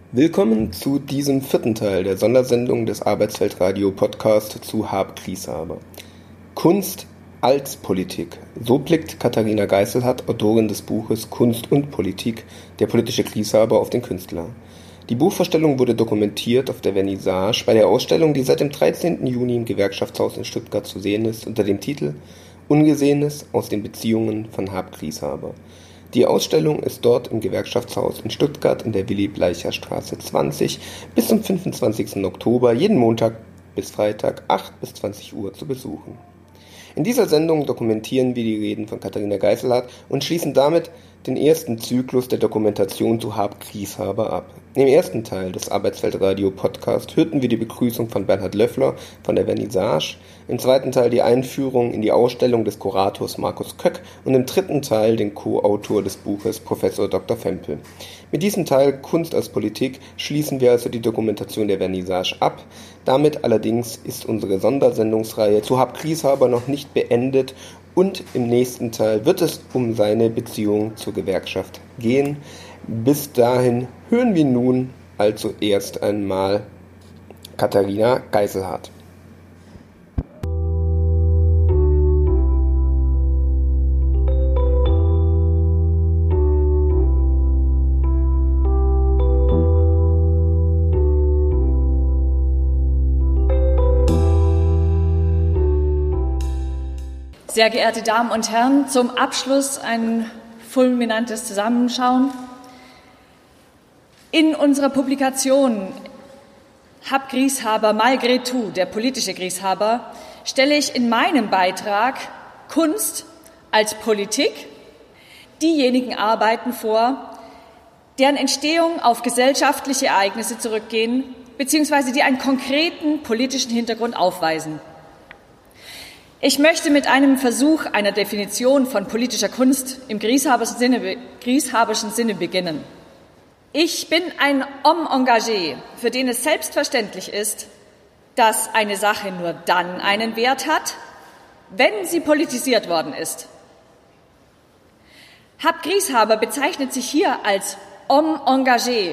Willkommen zu diesem 4. Teil der Sondersendung des Arbeitsweltradio-Podcast zu Harp Grieshaber. Kunst als Politik. So blickt Katharina Geiselhardt, Autorin des Buches Kunst und Politik, der politische Grieshaber, auf den Künstler. Die Buchvorstellung wurde dokumentiert auf der Vernissage bei der Ausstellung, die seit dem 13. Juni im Gewerkschaftshaus in Stuttgart zu sehen ist, unter dem Titel Ungesehenes aus den Beziehungen von Harp Grieshaber. Die Ausstellung ist dort im Gewerkschaftshaus in Stuttgart in der Willy-Bleicher-Straße 20 bis zum 25. Oktober jeden Montag bis Freitag 8 bis 20 Uhr zu besuchen. In dieser Sendung dokumentieren wir die Reden von Katharina Geiselhardt und schließen damit den ersten Zyklus der Dokumentation zu Harp Grieshaber ab. Im ersten Teil des Arbeitsweltradio-Podcast hörten wir die Begrüßung von Bernhard Löffler von der Vernissage, im zweiten Teil die Einführung in die Ausstellung des Kurators Markus Köck und im dritten Teil den Co-Autor des Buches, Professor Dr. Fempel. Mit diesem Teil Kunst als Politik schließen wir also die Dokumentation der Vernissage ab. Damit allerdings ist unsere Sondersendungsreihe zu Harp Grieshaber noch nicht beendet und im nächsten Teil wird es um seine Beziehung zur Gewerkschaft gehen. Bis dahin hören wir nun also erst einmal Katharina Geiselhardt. Sehr geehrte Damen und Herren, zum Abschluss ein fulminantes Zusammenschauen. In unserer Publikation Harp Grieshaber malgré tout, der politische Grieshaber, stelle ich in meinem Beitrag Kunst als Politik diejenigen Arbeiten vor, deren Entstehung auf gesellschaftliche Ereignisse zurückgehen, beziehungsweise die einen konkreten politischen Hintergrund aufweisen. Ich möchte mit einem Versuch einer Definition von politischer Kunst im Grieshaberschen Sinne beginnen. Ich bin ein Homme engagé, für den es selbstverständlich ist, dass eine Sache nur dann einen Wert hat, wenn sie politisiert worden ist. Harp Grieshaber bezeichnet sich hier als Homme engagé.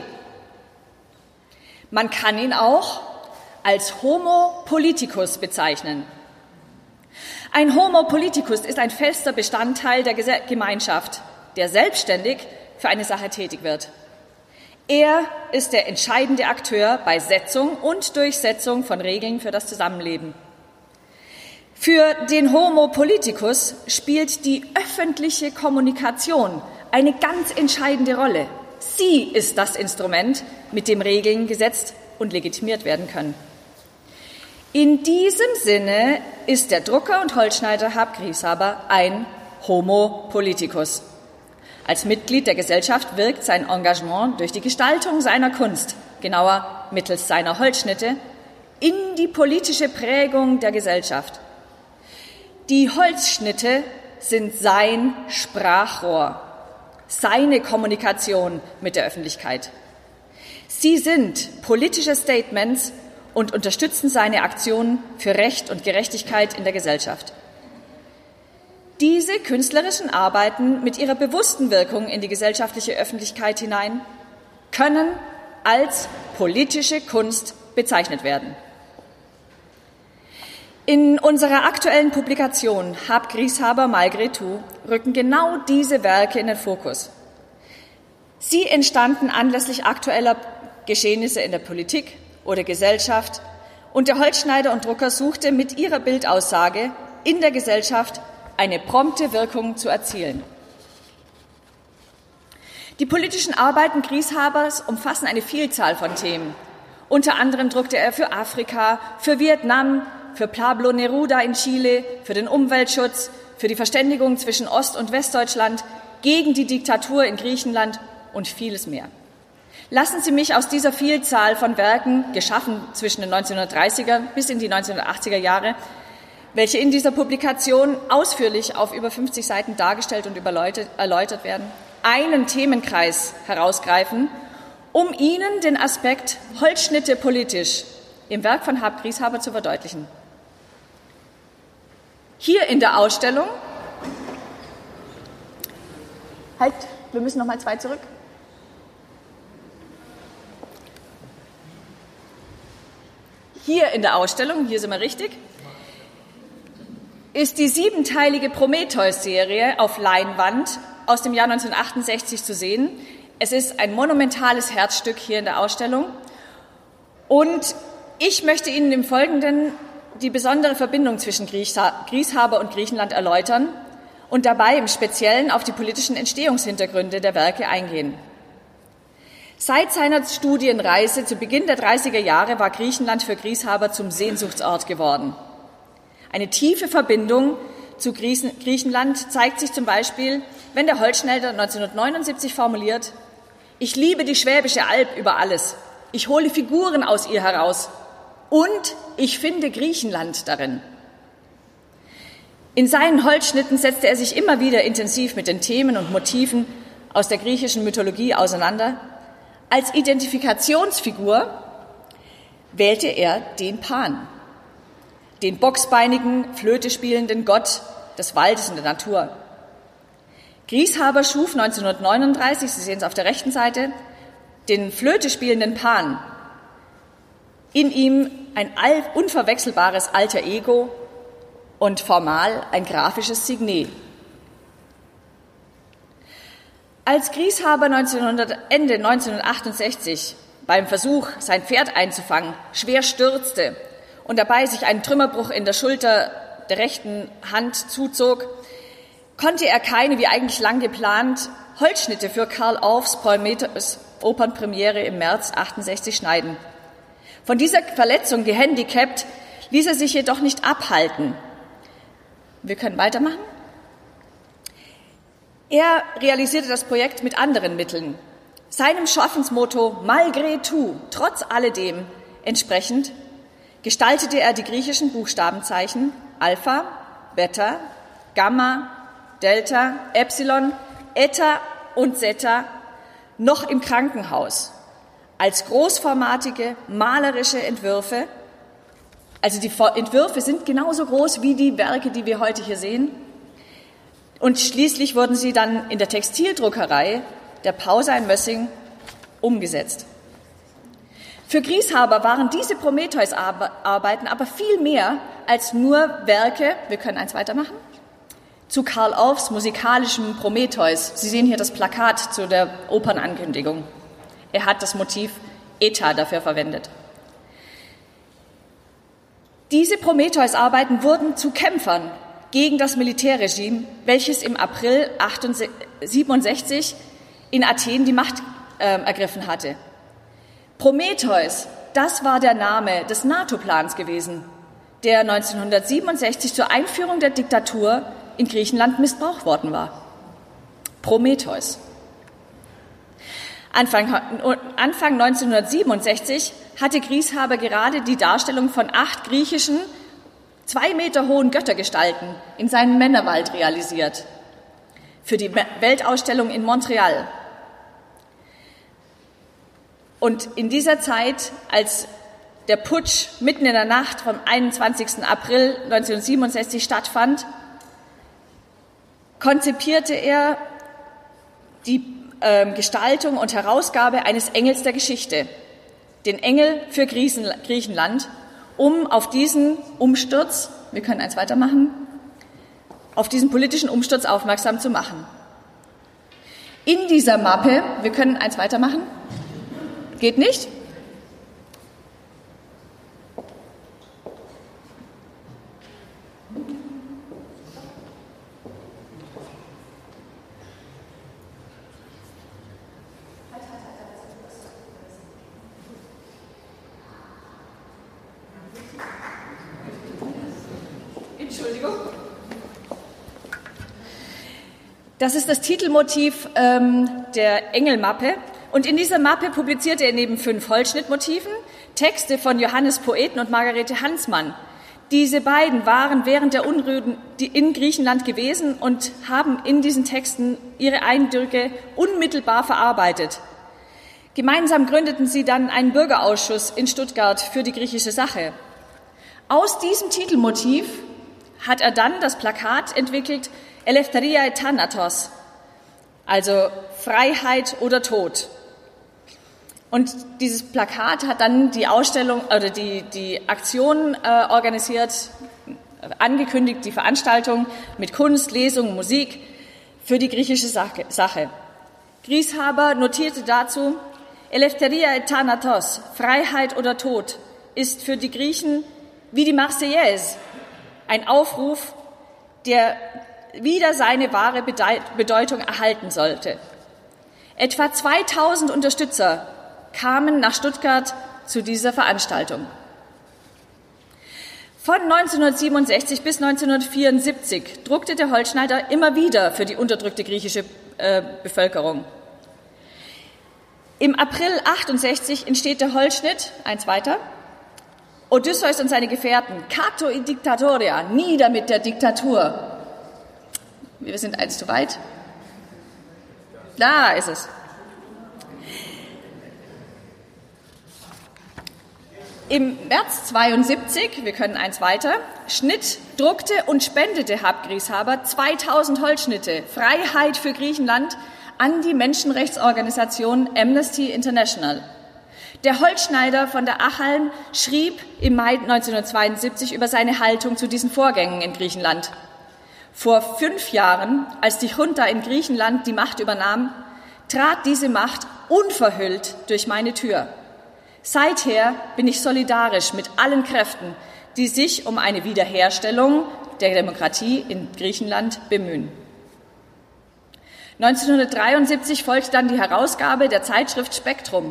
Man kann ihn auch als Homo politicus bezeichnen. Ein Homo politicus ist ein fester Bestandteil der Gemeinschaft, der selbstständig für eine Sache tätig wird. Er ist der entscheidende Akteur bei Setzung und Durchsetzung von Regeln für das Zusammenleben. Für den Homo politicus spielt die öffentliche Kommunikation eine ganz entscheidende Rolle. Sie ist das Instrument, mit dem Regeln gesetzt und legitimiert werden können. In diesem Sinne ist der Drucker und Holzschneider Harp Grieshaber ein Homo politicus. Als Mitglied der Gesellschaft wirkt sein Engagement durch die Gestaltung seiner Kunst, genauer mittels seiner Holzschnitte, in die politische Prägung der Gesellschaft. Die Holzschnitte sind sein Sprachrohr, seine Kommunikation mit der Öffentlichkeit. Sie sind politische Statements und unterstützen seine Aktionen für Recht und Gerechtigkeit in der Gesellschaft. Diese künstlerischen Arbeiten mit ihrer bewussten Wirkung in die gesellschaftliche Öffentlichkeit hinein können als politische Kunst bezeichnet werden. In unserer aktuellen Publikation Harp Grieshaber malgré tout rücken genau diese Werke in den Fokus. Sie entstanden anlässlich aktueller Geschehnisse in der Politik oder Gesellschaft, und der Holzschneider und Drucker suchte mit ihrer Bildaussage in der Gesellschaft eine prompte Wirkung zu erzielen. Die politischen Arbeiten Grieshabers umfassen eine Vielzahl von Themen. Unter anderem druckte er für Afrika, für Vietnam, für Pablo Neruda in Chile, für den Umweltschutz, für die Verständigung zwischen Ost- und Westdeutschland, gegen die Diktatur in Griechenland und vieles mehr. Lassen Sie mich aus dieser Vielzahl von Werken, geschaffen zwischen den 1930er bis in die 1980er Jahre, welche in dieser Publikation ausführlich auf über 50 Seiten dargestellt und erläutert werden, einen Themenkreis herausgreifen, um Ihnen den Aspekt Holzschnitte politisch im Werk von Harp Grieshaber zu verdeutlichen. Hier in der Ausstellung, wir müssen noch mal 2 zurück. Hier in der Ausstellung, hier sind wir richtig, ist die 7-teilige Prometheus-Serie auf Leinwand aus dem Jahr 1968 zu sehen. Es ist ein monumentales Herzstück hier in der Ausstellung. Und ich möchte Ihnen im Folgenden die besondere Verbindung zwischen Grieshaber und Griechenland erläutern und dabei im Speziellen auf die politischen Entstehungshintergründe der Werke eingehen. Seit seiner Studienreise zu Beginn der 30er Jahre war Griechenland für Grieshaber zum Sehnsuchtsort geworden. Eine tiefe Verbindung zu Griechenland zeigt sich zum Beispiel, wenn der Holzschneider 1979 formuliert: Ich liebe die Schwäbische Alb über alles. Ich hole Figuren aus ihr heraus. Und ich finde Griechenland darin. In seinen Holzschnitten setzte er sich immer wieder intensiv mit den Themen und Motiven aus der griechischen Mythologie auseinander. Als Identifikationsfigur wählte er den Pan, den bocksbeinigen, Flöte spielenden Gott des Waldes und der Natur. Grieshaber schuf 1939, Sie sehen es auf der rechten Seite, den Flöte spielenden Pan. In ihm ein unverwechselbares Alter Ego und formal ein grafisches Signet. Als Grieshaber Ende 1968 beim Versuch, sein Pferd einzufangen, schwer stürzte und dabei sich einen Trümmerbruch in der Schulter der rechten Hand zuzog, konnte er keine, wie eigentlich lang geplant, Holzschnitte für Karl Orffs Prometheus Opernpremiere im März 1968 schneiden. Von dieser Verletzung gehandicapt ließ er sich jedoch nicht abhalten. Wir können weitermachen. Er realisierte das Projekt mit anderen Mitteln. Seinem Schaffensmotto Malgré tout, trotz alledem entsprechend, gestaltete er die griechischen Buchstabenzeichen Alpha, Beta, Gamma, Delta, Epsilon, Eta und Zeta noch im Krankenhaus als großformatige, malerische Entwürfe. Also die Entwürfe sind genauso groß wie die Werke, die wir heute hier sehen. Und schließlich wurden sie dann in der Textildruckerei der Pauser in Mössing umgesetzt. Für Grieshaber waren diese Prometheus-Arbeiten aber viel mehr als nur Werke, wir können eins weitermachen, zu Karl Orffs musikalischem Prometheus. Sie sehen hier das Plakat zu der Opernankündigung. Er hat das Motiv Eta dafür verwendet. Diese Prometheus-Arbeiten wurden zu Kämpfern gegen das Militärregime, welches im April 1967 in Athen die Macht ergriffen hatte. Prometheus, das war der Name des NATO-Plans gewesen, der 1967 zur Einführung der Diktatur in Griechenland missbraucht worden war. Prometheus. Anfang 1967 hatte Grieshaber gerade die Darstellung von 8 griechischen, 2 Meter hohen Göttergestalten in seinem Männerwald realisiert. Für die Weltausstellung in Montreal. Und in dieser Zeit, als der Putsch mitten in der Nacht vom 21. April 1967 stattfand, konzipierte er die Gestaltung und Herausgabe eines Engels der Geschichte, den Engel für Griechenland, um auf diesen Umsturz, wir können eins weitermachen, auf diesen politischen Umsturz aufmerksam zu machen. In dieser Mappe, wir können eins weitermachen, geht nicht? Entschuldigung. Das ist das Titelmotiv der Engelmappe. Und in dieser Mappe publizierte er neben 5 Holzschnittmotiven Texte von Johannes Poeten und Margarete Hansmann. Diese beiden waren während der Unruhen in Griechenland gewesen und haben in diesen Texten ihre Eindrücke unmittelbar verarbeitet. Gemeinsam gründeten sie dann einen Bürgerausschuss in Stuttgart für die griechische Sache. Aus diesem Titelmotiv hat er dann das Plakat entwickelt, Eleftheria Thanatos, also Freiheit oder Tod. Und dieses Plakat hat dann die Ausstellung oder die Aktion organisiert, angekündigt, die Veranstaltung mit Kunst, Lesung, Musik für die griechische Sache. Grieshaber notierte dazu: Eleftheria et Thanatos, Freiheit oder Tod, ist für die Griechen wie die Marseillaise, ein Aufruf, der wieder seine wahre Bedeutung erhalten sollte. Etwa 2000 Unterstützer kamen nach Stuttgart zu dieser Veranstaltung. Von 1967 bis 1974 druckte der Holzschneider immer wieder für die unterdrückte griechische Bevölkerung. Im April 68 entsteht der Holzschnitt, eins weiter, Odysseus und seine Gefährten, Cato in Dictatoria, nieder mit der Diktatur. Wir sind eins zu weit. Da ist es. Im März 72, wir können eins weiter, schnitt, druckte und spendete Hab Grieshaber 2000 Holzschnitte, Freiheit für Griechenland, an die Menschenrechtsorganisation Amnesty International. Der Holzschneider von der Achalm schrieb im Mai 1972 über seine Haltung zu diesen Vorgängen in Griechenland. Vor 5 Jahren, als die Junta in Griechenland die Macht übernahm, trat diese Macht unverhüllt durch meine Tür. Seither bin ich solidarisch mit allen Kräften, die sich um eine Wiederherstellung der Demokratie in Griechenland bemühen. 1973 folgte dann die Herausgabe der Zeitschrift Spektrum.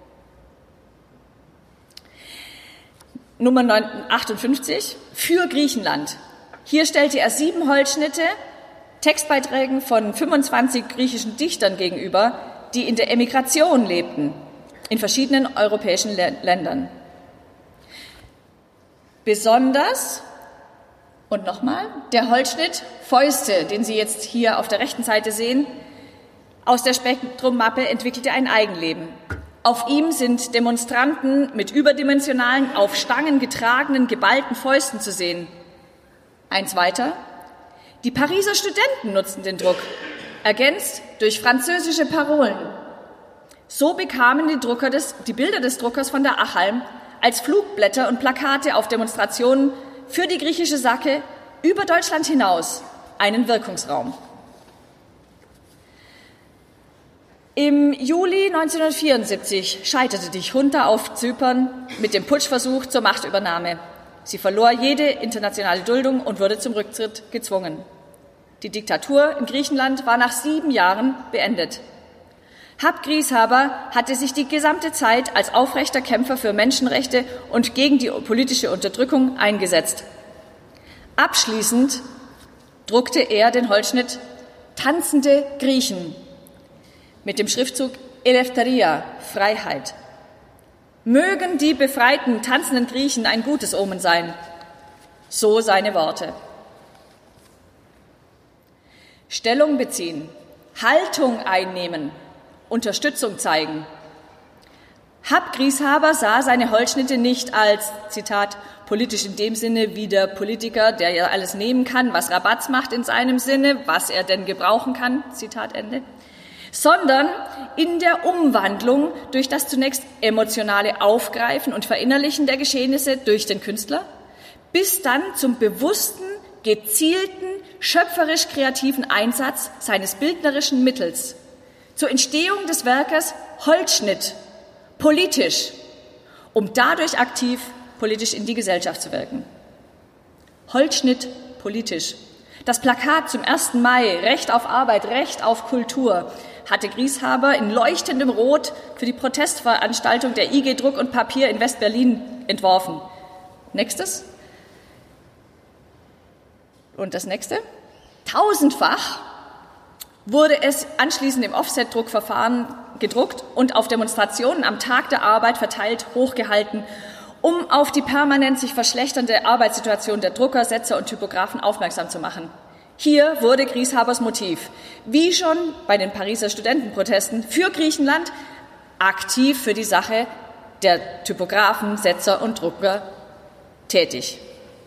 Nummer 58 für Griechenland. Hier stellte er 7 Holzschnitte, Textbeiträgen von 25 griechischen Dichtern gegenüber, die in der Emigration lebten, in verschiedenen europäischen Ländern. Besonders, und nochmal, der Holzschnitt Fäuste, den Sie jetzt hier auf der rechten Seite sehen, aus der Spektrum-Mappe entwickelte ein Eigenleben. Auf ihm sind Demonstranten mit überdimensionalen, auf Stangen getragenen, geballten Fäusten zu sehen. Eins weiter. Die Pariser Studenten nutzten den Druck, ergänzt durch französische Parolen. So bekamen die Bilder des Druckers von der Achalm als Flugblätter und Plakate auf Demonstrationen für die griechische Sache über Deutschland hinaus einen Wirkungsraum. Im Juli 1974 scheiterte die Junta auf Zypern mit dem Putschversuch zur Machtübernahme. Sie verlor jede internationale Duldung und wurde zum Rücktritt gezwungen. Die Diktatur in Griechenland war nach 7 Jahren beendet. Hab Grieshaber hatte sich die gesamte Zeit als aufrechter Kämpfer für Menschenrechte und gegen die politische Unterdrückung eingesetzt. Abschließend druckte er den Holzschnitt Tanzende Griechen mit dem Schriftzug Eleftheria, Freiheit. Mögen die befreiten, tanzenden Griechen ein gutes Omen sein. So seine Worte. Stellung beziehen, Haltung einnehmen, Unterstützung zeigen. Hab Grieshaber sah seine Holzschnitte nicht als, Zitat, politisch in dem Sinne wie der Politiker, der ja alles nehmen kann, was Rabatz macht in seinem Sinne, was er denn gebrauchen kann, Zitat Ende, sondern in der Umwandlung durch das zunächst emotionale Aufgreifen und Verinnerlichen der Geschehnisse durch den Künstler, bis dann zum bewussten, gezielten, schöpferisch-kreativen Einsatz seines bildnerischen Mittels, zur Entstehung des Werkes Holzschnitt, politisch, um dadurch aktiv politisch in die Gesellschaft zu wirken. Holzschnitt, politisch. Das Plakat zum 1. Mai, Recht auf Arbeit, Recht auf Kultur, hatte Grieshaber in leuchtendem Rot für die Protestveranstaltung der IG Druck und Papier in West-Berlin entworfen. Nächstes. Und das nächste. 1000-fach wurde es anschließend im Offset-Druckverfahren gedruckt und auf Demonstrationen am Tag der Arbeit verteilt, hochgehalten, um auf die permanent sich verschlechternde Arbeitssituation der Drucker, Setzer und Typografen aufmerksam zu machen. Hier wurde Grieshabers Motiv, wie schon bei den Pariser Studentenprotesten für Griechenland, aktiv für die Sache der Typografen, Setzer und Drucker tätig.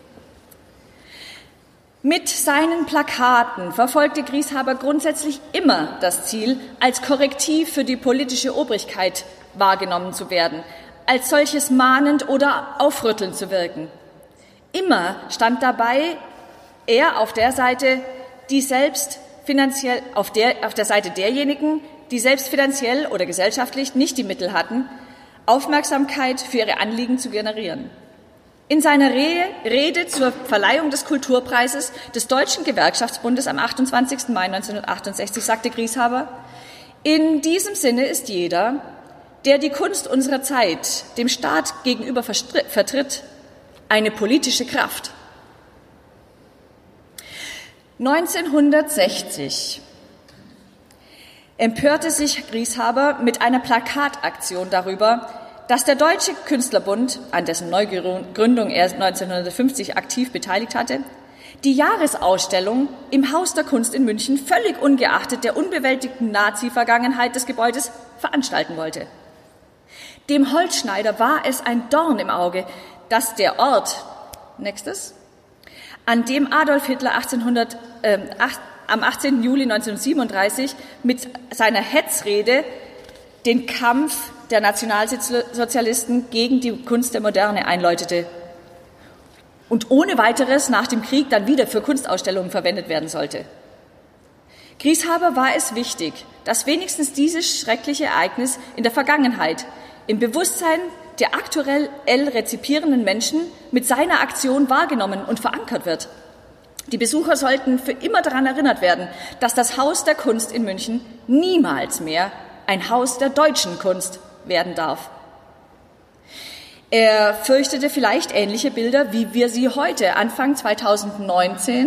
Mit seinen Plakaten verfolgte Grieshaber grundsätzlich immer das Ziel, als Korrektiv für die politische Obrigkeit wahrgenommen zu werden, als solches mahnend oder aufrüttelnd zu wirken. Immer stand dabei er auf der Seite, auf der Seite derjenigen, die selbst finanziell oder gesellschaftlich nicht die Mittel hatten, Aufmerksamkeit für ihre Anliegen zu generieren. In seiner Rede zur Verleihung des Kulturpreises des Deutschen Gewerkschaftsbundes am 28. Mai 1968 sagte Grieshaber: In diesem Sinne ist jeder, der die Kunst unserer Zeit dem Staat gegenüber vertritt, eine politische Kraft. 1960 empörte sich Grieshaber mit einer Plakataktion darüber, dass der Deutsche Künstlerbund, an dessen Neugründung er 1950 aktiv beteiligt hatte, die Jahresausstellung im Haus der Kunst in München völlig ungeachtet der unbewältigten Nazi-Vergangenheit des Gebäudes veranstalten wollte. Dem Holzschneider war es ein Dorn im Auge, dass der Ort, an dem Adolf Hitler am 18. Juli 1937 mit seiner Hetzrede den Kampf der Nationalsozialisten gegen die Kunst der Moderne einläutete und ohne weiteres nach dem Krieg dann wieder für Kunstausstellungen verwendet werden sollte. Grieshaber war es wichtig, dass wenigstens dieses schreckliche Ereignis in der Vergangenheit im Bewusstsein der aktuell rezipierenden Menschen mit seiner Aktion wahrgenommen und verankert wird. Die Besucher sollten für immer daran erinnert werden, dass das Haus der Kunst in München niemals mehr ein Haus der deutschen Kunst werden darf. Er fürchtete vielleicht ähnliche Bilder, wie wir sie heute, Anfang 2019,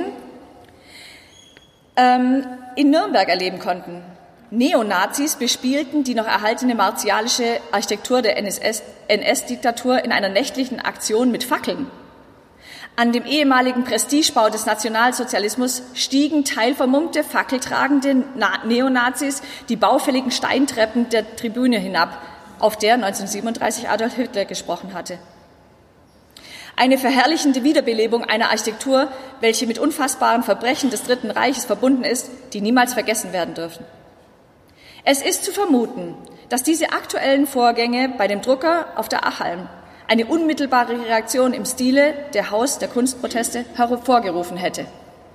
in Nürnberg erleben konnten. Neonazis bespielten die noch erhaltene martialische Architektur der NS-Diktatur in einer nächtlichen Aktion mit Fackeln. An dem ehemaligen Prestigebau des Nationalsozialismus stiegen teilvermummte, fackeltragende Neonazis die baufälligen Steintreppen der Tribüne hinab, auf der 1937 Adolf Hitler gesprochen hatte. Eine verherrlichende Wiederbelebung einer Architektur, welche mit unfassbaren Verbrechen des Dritten Reiches verbunden ist, die niemals vergessen werden dürfen. Es ist zu vermuten, dass diese aktuellen Vorgänge bei dem Drucker auf der Achalm eine unmittelbare Reaktion im Stile der Haus der Kunstproteste hervorgerufen hätte.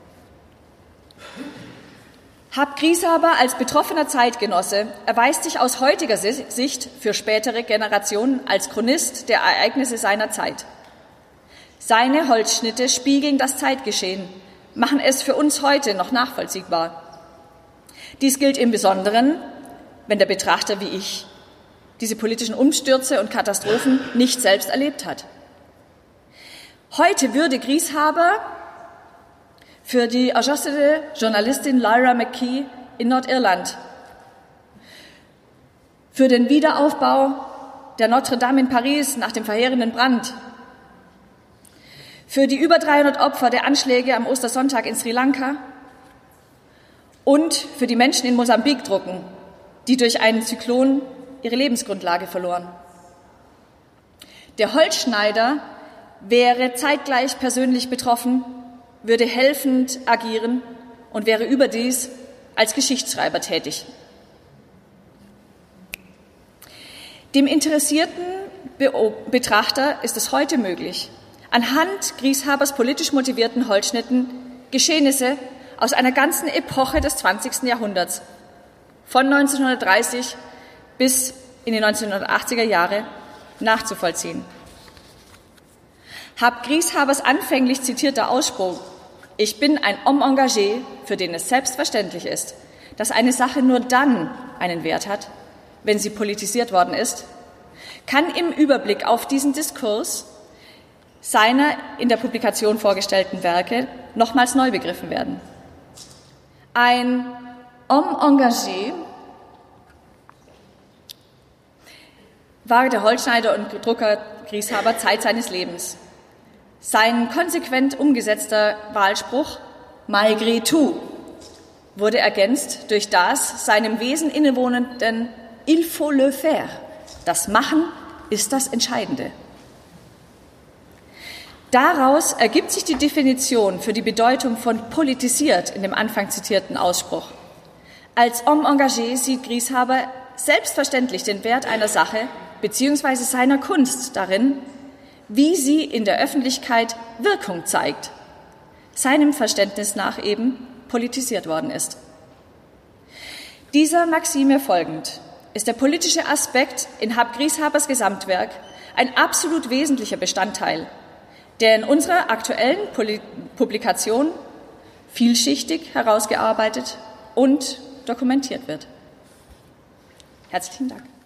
Hab Grieshaber als betroffener Zeitgenosse erweist sich aus heutiger Sicht für spätere Generationen als Chronist der Ereignisse seiner Zeit. Seine Holzschnitte spiegeln das Zeitgeschehen, machen es für uns heute noch nachvollziehbar. Dies gilt im Besonderen, wenn der Betrachter wie ich diese politischen Umstürze und Katastrophen nicht selbst erlebt hat. Heute würde Grieshaber für die erschossene Journalistin Lyra McKee in Nordirland, für den Wiederaufbau der Notre Dame in Paris nach dem verheerenden Brand, für die über 300 Opfer der Anschläge am Ostersonntag in Sri Lanka und für die Menschen in Mosambik drucken, die durch einen Zyklon ihre Lebensgrundlage verloren. Der Holzschneider wäre zeitgleich persönlich betroffen, würde helfend agieren und wäre überdies als Geschichtsschreiber tätig. Dem interessierten Betrachter ist es heute möglich, anhand Grieshabers politisch motivierten Holzschnitten Geschehnisse aus einer ganzen Epoche des 20. Jahrhunderts, von 1930 bis in die 1980er Jahre, nachzuvollziehen. Hab Grieshabers anfänglich zitierter Ausspruch, ich bin ein homme engagé, für den es selbstverständlich ist, dass eine Sache nur dann einen Wert hat, wenn sie politisiert worden ist, kann im Überblick auf diesen Diskurs seiner in der Publikation vorgestellten Werke nochmals neu begriffen werden. Ein homme engagé war der Holzschneider und Drucker Grieshaber Zeit seines Lebens. Sein konsequent umgesetzter Wahlspruch malgré tout wurde ergänzt durch das seinem Wesen innewohnenden il faut le faire. Das Machen ist das Entscheidende. Daraus ergibt sich die Definition für die Bedeutung von politisiert in dem Anfang zitierten Ausspruch. Als homme engagé sieht Grieshaber selbstverständlich den Wert einer Sache bzw. seiner Kunst darin, wie sie in der Öffentlichkeit Wirkung zeigt, seinem Verständnis nach eben politisiert worden ist. Dieser Maxime folgend ist der politische Aspekt in Grieshabers Gesamtwerk ein absolut wesentlicher Bestandteil, der in unserer aktuellen Publikation vielschichtig herausgearbeitet und dokumentiert wird. Herzlichen Dank.